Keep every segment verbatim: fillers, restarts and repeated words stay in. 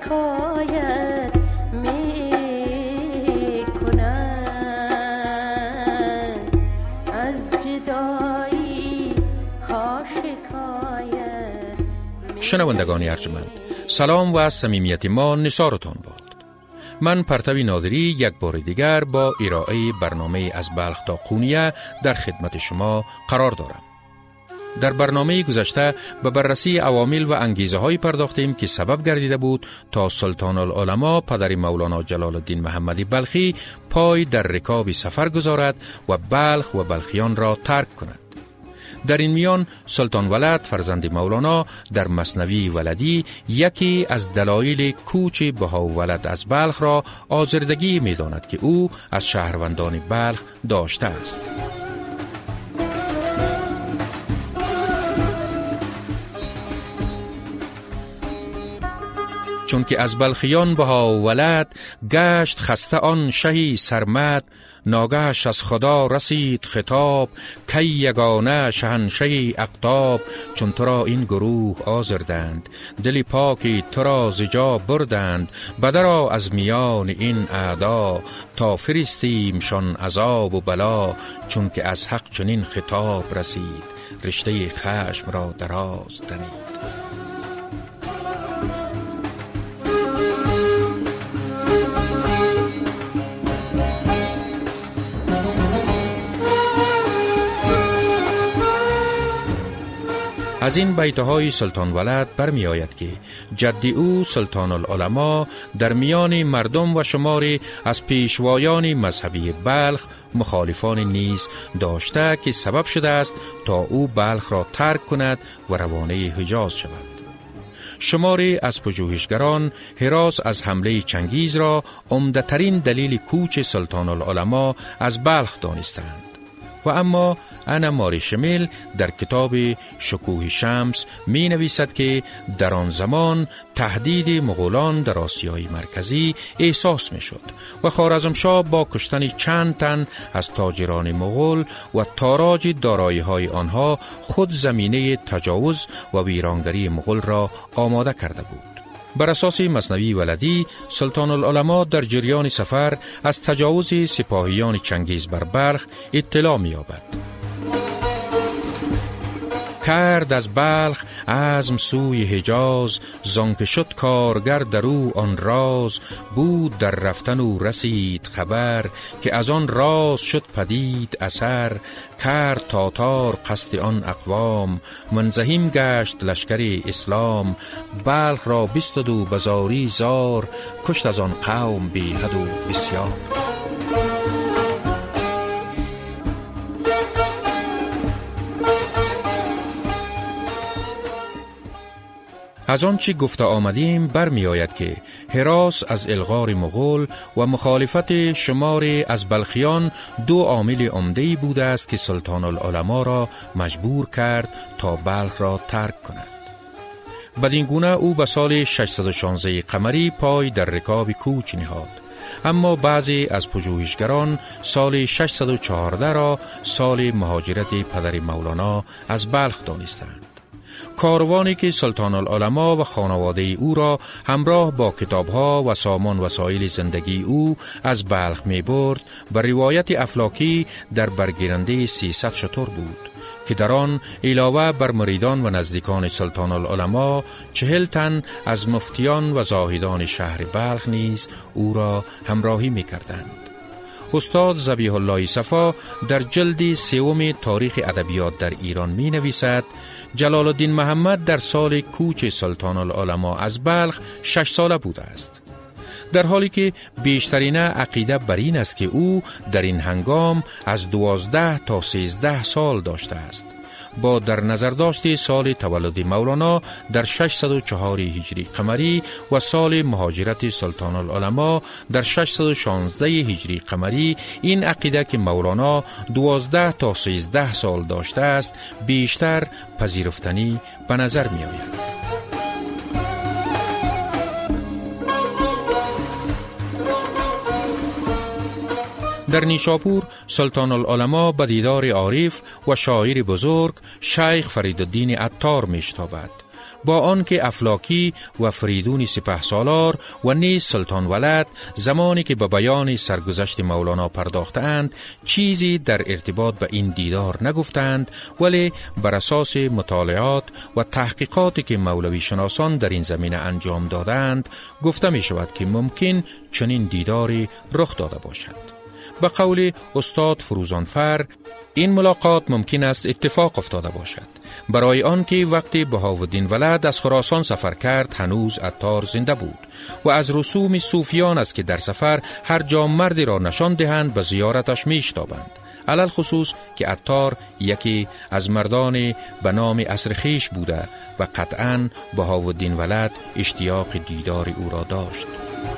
شکایت می کنند، از جدایی ها شکایت. شنوندگان ارجمند، سلام و صمیمیت ما نثارتان باد. من پرتوی نادری یک بار دیگر با ارائه برنامه از بلخ تا قونیه در خدمت شما قرار دارم. در برنامه گذشته به بررسی عوامل و انگیزه های پرداختیم که سبب گردیده بود تا سلطان العلماء پدر مولانا جلال الدین محمدی بلخی پای در رکاب سفر گذارد و بلخ و بلخیان را ترک کند. در این میان سلطان ولد فرزند مولانا در مثنوی ولدی یکی از دلایل کوچ بهاولد از بلخ را آزردگی می داند که او از شهروندان بلخ داشته است. چون که از بلخیان بهاولد گشت خسته آن شهی سرمد، ناگهش از خدا رسید خطاب کی یگانه شهنشهی اقطاب. چون تو را این گروه آزردند، دلی پاکی تو را ز جا بردند. بدرا از میان این اعدا، تا فرستیمشان عذاب و بلا. چون که از حق چنین خطاب رسید، رشته خشم را دراز تنید. از این بیتهای سلطان ولد برمی آید که جدی او سلطان العلماء در میان مردم و شماری از پیشوایان مذهبی بلخ مخالفان نیز داشته که سبب شده است تا او بلخ را ترک کند و روانه حجاز شود. شماری از پژوهشگران هراس از حمله چنگیز را عمده‌ترین دلیل کوچ سلطان العلماء از بلخ دانستند و اما انا ماری شمیل در کتاب شکوه شمس می نویسد که در آن زمان تهدید مغولان در آسیای مرکزی احساس می شد و خوارزمشاه با کشتن چند تن از تاجران مغول و تاراج دارایی های آنها خود زمینه تجاوز و ویرانگری مغول را آماده کرده بود. بر اساس مثنوی ولدی، سلطان العلماء در جریان سفر از تجاوز سپاهیان چنگیز بر بلخ اطلاع می یابد. کرد از بلخ عزم سوی حجاز، زانکه شد کارگر در او آن راز. بود در رفتن او رسید خبر، که از آن راز شد پدید اثر. کرد تاتار قصد آن اقوام، منزهیم گشت لشکر اسلام. بلخ را بیست و بزاری زار، کشت از آن قوم بی حد و بسیار. از آن چی گفته آمدیم برمی آید که هراس از الغار مغول و مخالفت شماری از بلخیان دو عامل عمده‌ای بوده است که سلطان العلماء را مجبور کرد تا بلخ را ترک کند. بدین گونه او به سال ششصد و شانزده قمری پای در رکاب کوچ نهاد، اما بعضی از پژوهشگران سال ششصد و چهارده را سال مهاجرت پدر مولانا از بلخ دانستند. کاروانی که سلطان العلماء و خانواده او را همراه با کتابها و سامان وسایل زندگی او از بلخ می برد، بر روایت افلاکی در برگیرنده سیصد شتر بود که در آن علاوه بر مریدان و نزدیکان سلطان العلماء چهل تن از مفتیان و زاهدان شهر بلخ نیز او را همراهی می کردند. استاد ذبیح الله صفا در جلد سوم تاریخ ادبیات در ایران می نویسد جلال الدین محمد در سال کوچ سلطان العلماء از بلخ شش ساله بوده است، در حالی که بیشترین عقیده بر این است که او در این هنگام از دوازده تا سیزده سال داشته است. با در نظر داشت سال تولد مولانا در ششصد و چهار هجری قمری و سال مهاجرت سلطان العلماء در ششصد و شانزده هجری قمری، این عقیده که مولانا دوازده تا سیزده سال داشته است بیشتر پذیرفتنی به نظر می آید. در نیشاپور سلطان العلماء به دیدار عارف و شاعر بزرگ شیخ فریدالدین عطار میشتابد. با آنکه افلاکی و فریدون سپهسالار و نیز سلطان ولد زمانی که به بیان سرگذشت مولانا پرداختند چیزی در ارتباط به این دیدار نگفتند، ولی بر اساس مطالعات و تحقیقاتی که مولوی شناسان در این زمینه انجام دادند گفته می شود که ممکن چنین دیداری رخ داده باشد. به قول استاد فروزانفر این ملاقات ممکن است اتفاق افتاده باشد، برای آنکه وقتی بهاءالدین ولد از خراسان سفر کرد هنوز عطار زنده بود و از رسوم صوفیان است که در سفر هر جا مردی را نشان دهند به زیارتش میشتابند، علل خصوص که عطار یکی از مردان به نام عصر خویش بوده و قطعاً بهاءالدین ولد اشتیاق دیدار او را داشت.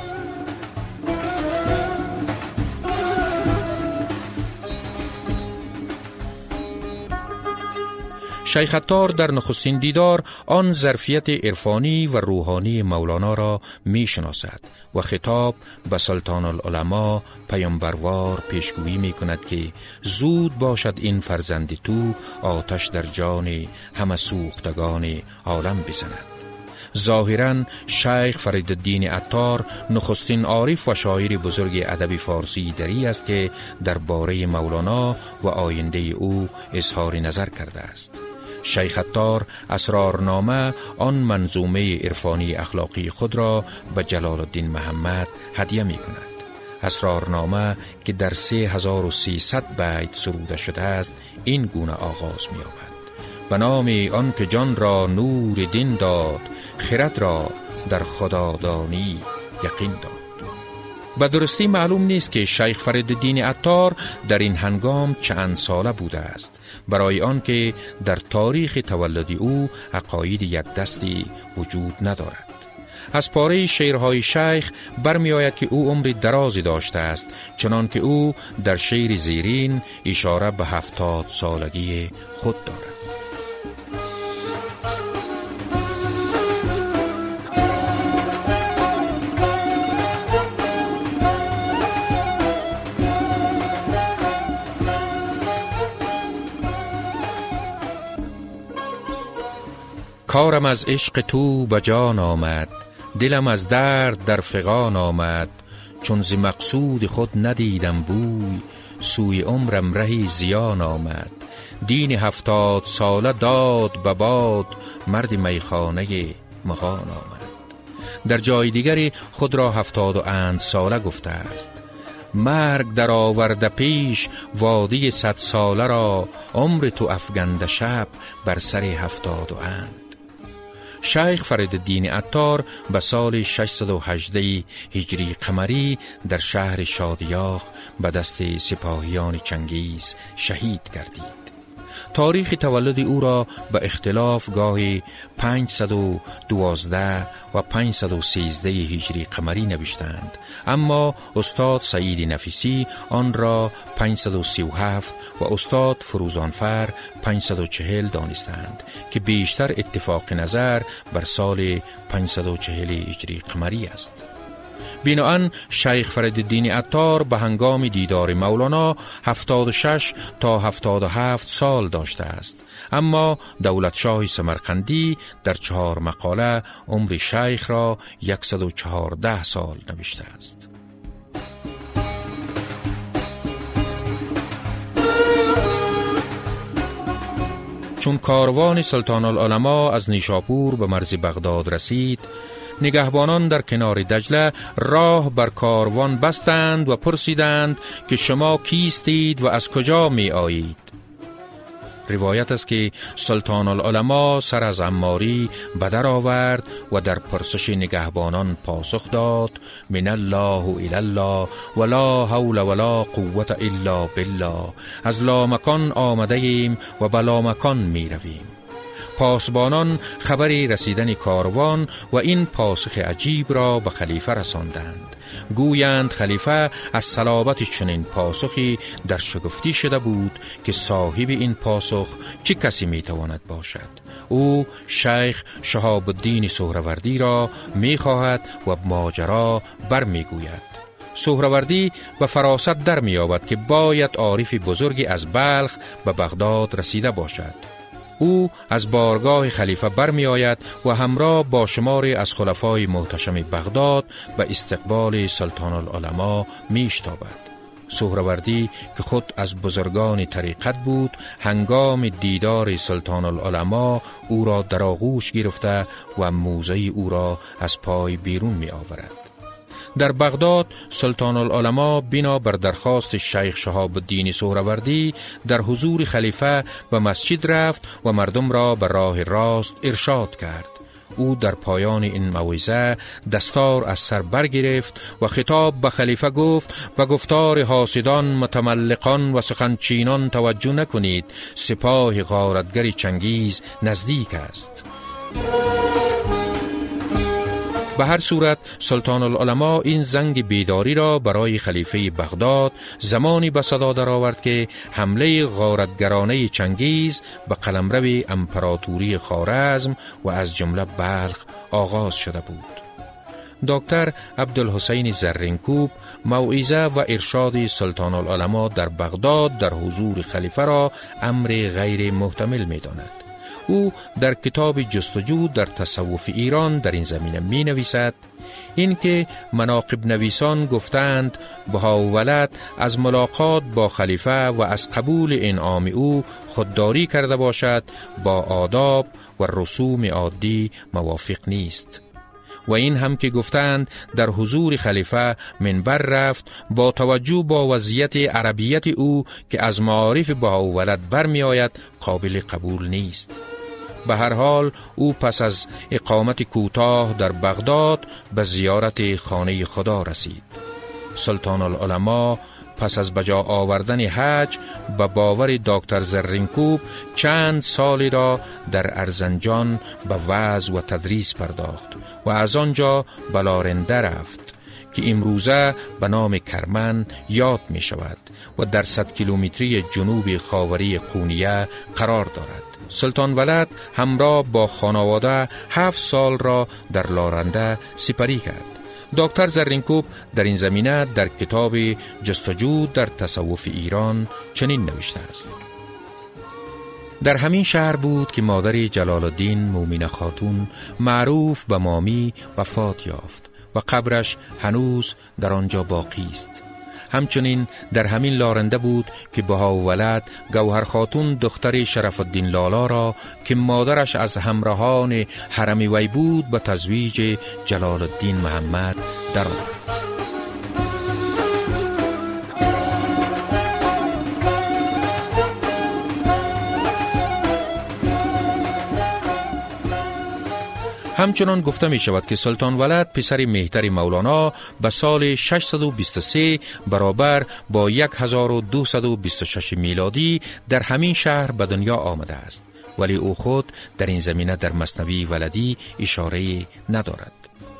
شیخ عطار در نخستین دیدار آن ظرفیت عرفانی و روحانی مولانا را می شناسد و خطاب به سلطان العلماء پیامبروار پیشگویی می کند که زود باشد این فرزند تو آتش در جان همه سوختگان عالم بزند. ظاهراً شیخ فریدالدین عطار نخستین عارف و شاعر بزرگ ادب فارسی دری است که درباره مولانا و آینده او اظهار نظر کرده است. شیخ عطار اسرارنامه آن منظومه عرفانی اخلاقی خود را به جلال الدین محمد هدیه می کند. اسرارنامه که در سه هزار و سیصد بیت سروده شده است این گونه آغاز می یابد: به نام آن که جان را نور دین داد، خرد را در خدادانی یقین داد. به درستی معلوم نیست که شیخ فریدالدین عطار در این هنگام چند ساله بوده است، برای آنکه در تاریخ تولد او عقاید یک دستی وجود ندارد. از پاره شعرهای شیخ برمی آید که او عمر درازی داشته است، چنان که او در شعر زیرین اشاره به هفتاد سالگی خود دارد. کارم از عشق تو به جان آمد، دلم از درد در فغان آمد. چون ز مقصود خود ندیدم بوی، سوی عمرم رهی زیان آمد. دین هفتاد ساله داد به باد، مرد میخانه مغان آمد. در جای دیگری خود را هفتاد و اند ساله گفته است. مرگ در آورده پیش وادی صد ساله را، عمر تو افگنده شب بر سر هفتاد و اند. شیخ فریدالدین عطار به سال ششصد و هجده هجری قمری در شهر شادیاخ به دست سپاهیان چنگیز شهید گردید. تاریخ تولد او را به اختلاف گاهی پانصد و دوازده و پانصد و سیزده هجری قمری نوشتند، اما استاد سعید نفیسی آن را پانصد و سی و هفت و استاد فروزانفر پانصد و چهل دانستند که بیشتر اتفاق نظر بر سال پانصد و چهل هجری قمری است. بناهن شیخ فریدالدین عطار به هنگام دیدار مولانا هفتاد و شش تا هفتاد و هفت سال داشته است، اما دولت شاه سمرقندی در چهار مقاله عمر شیخ را صد و چهارده سال نوشته است. چون کاروان سلطان العلماء از نیشاپور به مرز بغداد رسید، نگهبانان در کنار دجله راه بر کاروان بستند و پرسیدند که شما کیستید و از کجا می آیید؟ روایت است که سلطان العلماء سر از عماری بدر آورد و در پرسش نگهبانان پاسخ داد: من الله الی الله ولا حول ولا قوة الا بالله. از لامکان آمده ایم و بلا مکان می رویم. پاسبانان خبری رسیدن کاروان و این پاسخ عجیب را به خلیفه رساندند. گویند خلیفه از صلابت چنین پاسخی در شگفتی شده بود که صاحب این پاسخ چه کسی میتواند باشد. او شیخ شهاب الدین سهروردی را میخواهد و ماجرا بر میگوید. سهروردی به فراست در می‌یابد که باید عارف بزرگی از بلخ به بغداد رسیده باشد. او از بارگاه خلیفه برمی آید و همراه با شماری از خلفای محتشم بغداد به استقبال سلطان العلماء می اشتابد. سهروردی که خود از بزرگان طریقت بود، هنگام دیدار سلطان العلماء او را در آغوش گرفته و موزه او را از پای بیرون می آورد. در بغداد سلطان العلماء بنا بر درخواست شیخ شهاب الدین سهروردی در حضور خلیفه به مسجد رفت و مردم را به راه راست ارشاد کرد. او در پایان این موعظه دستار از سر برگرفت و خطاب به خلیفه گفت: به گفتار حاسدان، متملقان و سخنچینان توجه نکنید، سپاه غارتگر چنگیز نزدیک است. به هر صورت سلطان العلماء این زنگ بیداری را برای خلیفه بغداد زمانی به صدا درآورد که حمله غارتگرانه چنگیز به قلمرو امپراتوری خوارزم و از جمله بلخ آغاز شده بود. دکتر عبدالحسین زرینکوب موعظه و ارشاد سلطان العلماء در بغداد در حضور خلیفه را امر غیر محتمل می داند. او در کتاب جستجو در تصوف ایران در این زمینه می نویسد: این که مناقب نویسان گفتند بهاءالولد از ملاقات با خلیفه و از قبول انعام او خودداری کرده باشد با آداب و رسوم عادی موافق نیست. و این هم که گفتند در حضور خلیفه منبر رفت با توجه با وضعیت عربیت او که از معارف بهاءالولد برمی آید قابل قبول نیست. به هر حال او پس از اقامت کوتاه در بغداد به زیارت خانه خدا رسید. سلطان العلماء پس از بجا آوردن حج به باور دکتر زرینکوب چند سالی را در ارزنجان به وعظ و تدریس پرداخت و از آنجا به لارنده رفت که امروزه به نام کرمن یاد می شود و در صد کیلومتری جنوب خاوری قونیه قرار دارد. سلطان ولد همراه با خانواده هفت سال را در لارنده سپری کرد. دکتر زرینکوب در این زمینه در کتاب جستجو در تصوف ایران چنین نوشته است: در همین شهر بود که مادر جلال الدین مومنه خاتون معروف به مامی وفات یافت و قبرش هنوز در آنجا باقی است. همچنین در همین لارنده بود که بهاءالولد گوهر خاتون دختر شرف الدین لالا را که مادرش از همراهان حرم وی بود به تزویج جلال الدین محمد درآورد. همچنان گفته می شود که سلطان ولد پسر مهتر مولانا به سال ششصد و بیست و سه برابر با هزار و دویست و بیست و شش میلادی در همین شهر به دنیا آمده است، ولی او خود در این زمینه در مثنوی ولدی اشاره ندارد.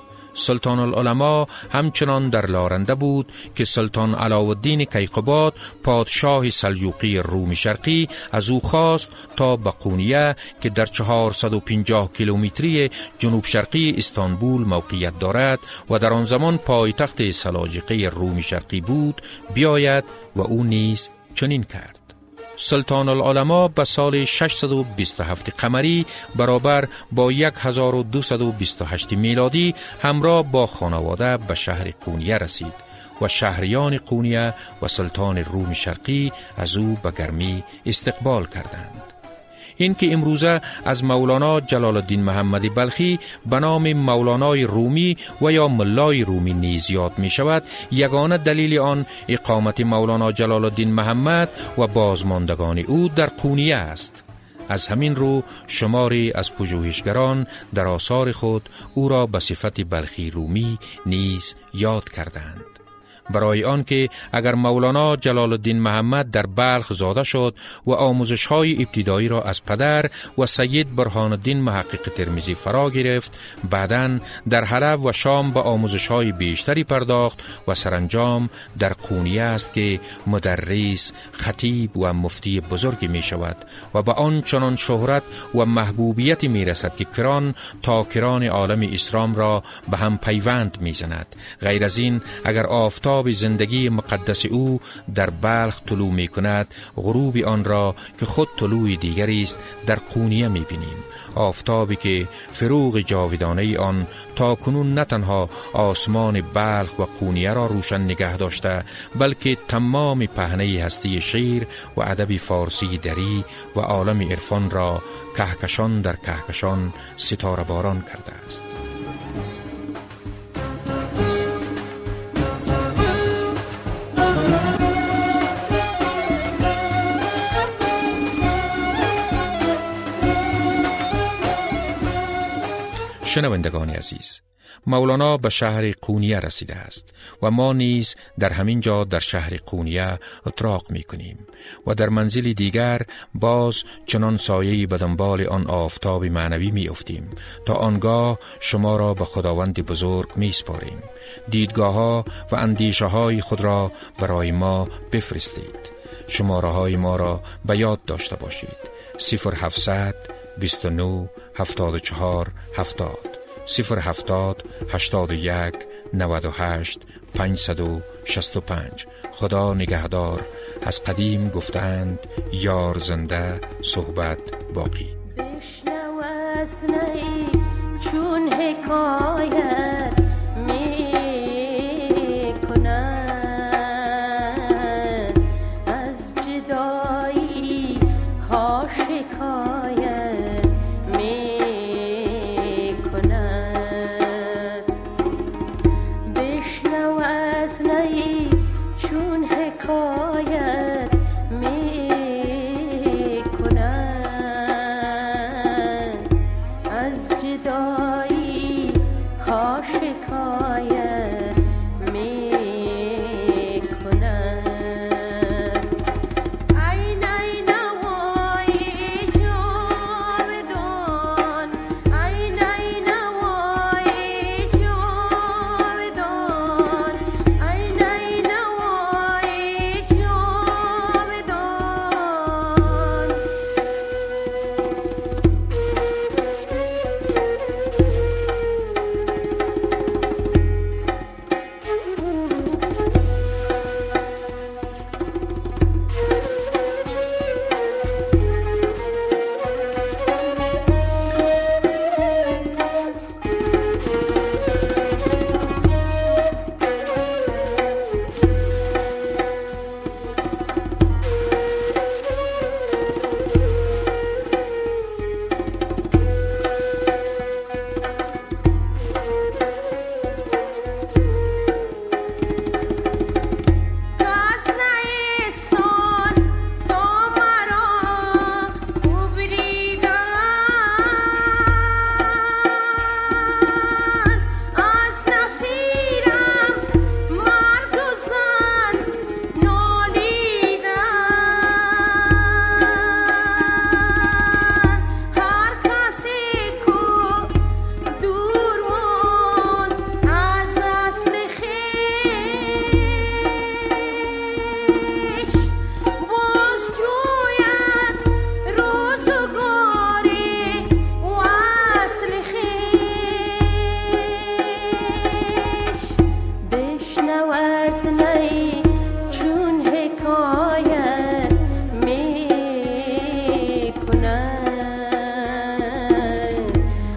سلطان العلماء همچنان در لارنده بود که سلطان علاءالدین کیقباد پادشاه سلجوقی روم شرقی از او خواست تا به قونیه که در چهارصد و پنجاه کیلومتری جنوب شرقی استانبول موقعیت دارد و در آن زمان پایتخت سلاجقه روم شرقی بود بیاید و او نیز چنین کرد. سلطان العلماء به سال ششصد و بیست و هفت قمری برابر با هزار و دویست و بیست و هشت میلادی همراه با خانواده به شهر قونیه رسید و شهریان قونیه و سلطان روم شرقی از او به گرمی استقبال کردند. این که امروزه از مولانا جلال الدین محمد بلخی به نام مولانای رومی و یا ملای رومی نیز یاد می شود، یگانه دلیل آن اقامت مولانا جلال الدین محمد و بازماندگان او در قونیه است. از همین رو شماری از پژوهشگران در آثار خود او را به صفت بلخی رومی نیز یاد کردند. برای آن که اگر مولانا جلال الدین محمد در بلخ زاده شد و آموزش‌های ابتدایی را از پدر و سید برهان الدین محقق ترمذی فرا گرفت، بعداً در حلب و شام به آموزش‌های بیشتری پرداخت و سرانجام در قونیه است که مدرس، خطیب و مفتی بزرگ می شود و به آن چنان شهرت و محبوبیت می رسد که کران تا کران عالم اسلام را به هم پیوند می زند. غیر از این اگر آفتاب آفتاب زندگی مقدس او در بلخ طلوع می کند، غروب آن را که خود طلوع دیگری است در قونیه می بینیم. آفتابی که فروغ جاودانه آن تا کنون نه تنها آسمان بلخ و قونیه را روشن نگه داشته، بلکه تمام پهنه هستی شعر و ادب فارسی دری و عالم عرفان را کهکشان در کهکشان ستاره باران کرده است. شنوندگان عزیز، مولانا به شهر قونیه رسیده است و ما نیز در همین جا در شهر قونیه اتراق می کنیم و در منزل دیگر باز چنان سایه‌ای به دنبال آن آفتاب معنوی می افتیم تا آنگاه شما را به خداوند بزرگ می سپاریم. دیدگاه ها و اندیشه های خود را برای ما بفرستید. شماره های ما را به یاد داشته باشید: صفر هفتصد بیست و نه هفتاد و چهار هفتاد، صفر هفتاد هشتاد و یک نود و هشت پانصد و شصت و پنج. خدا نگهدار. از قدیم گفتند یار زنده صحبت باقی. بشنو از نی چون حکایت می کند، از جدایی ها شکایت می کند. بشنو از نی چون حکایت می کند، از جدایی ها شکایت می کند. عین عین وای جاودان، عین عین وای جاودان، عین عین وای جاودان.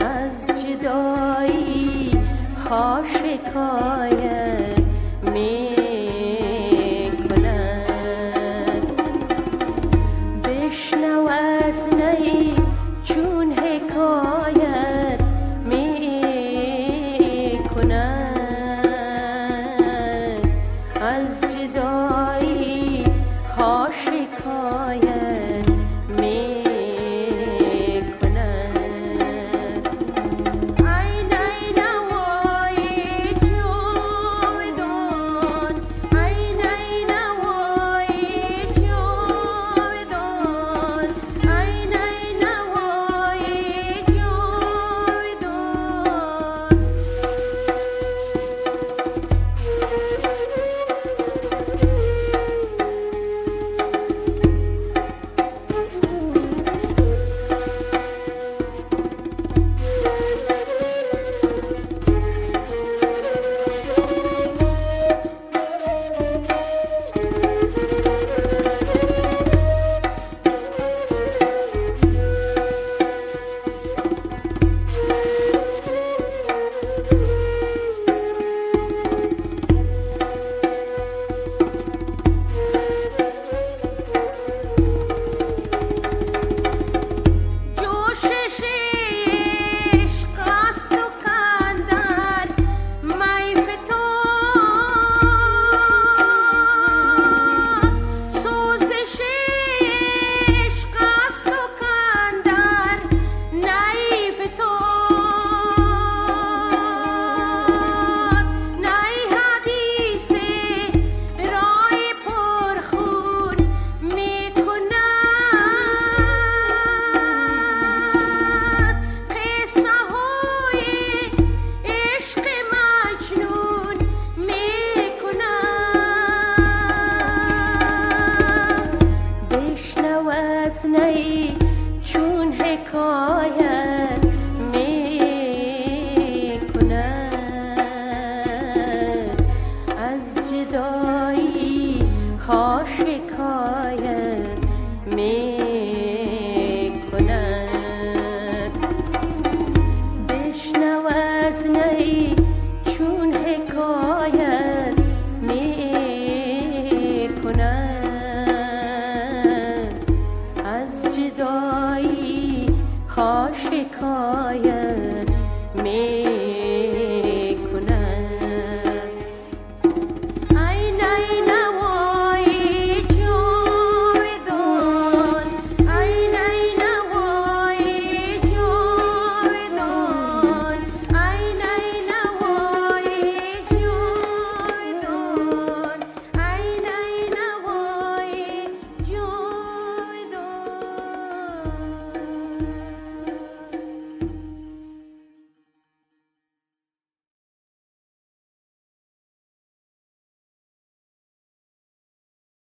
شکایت می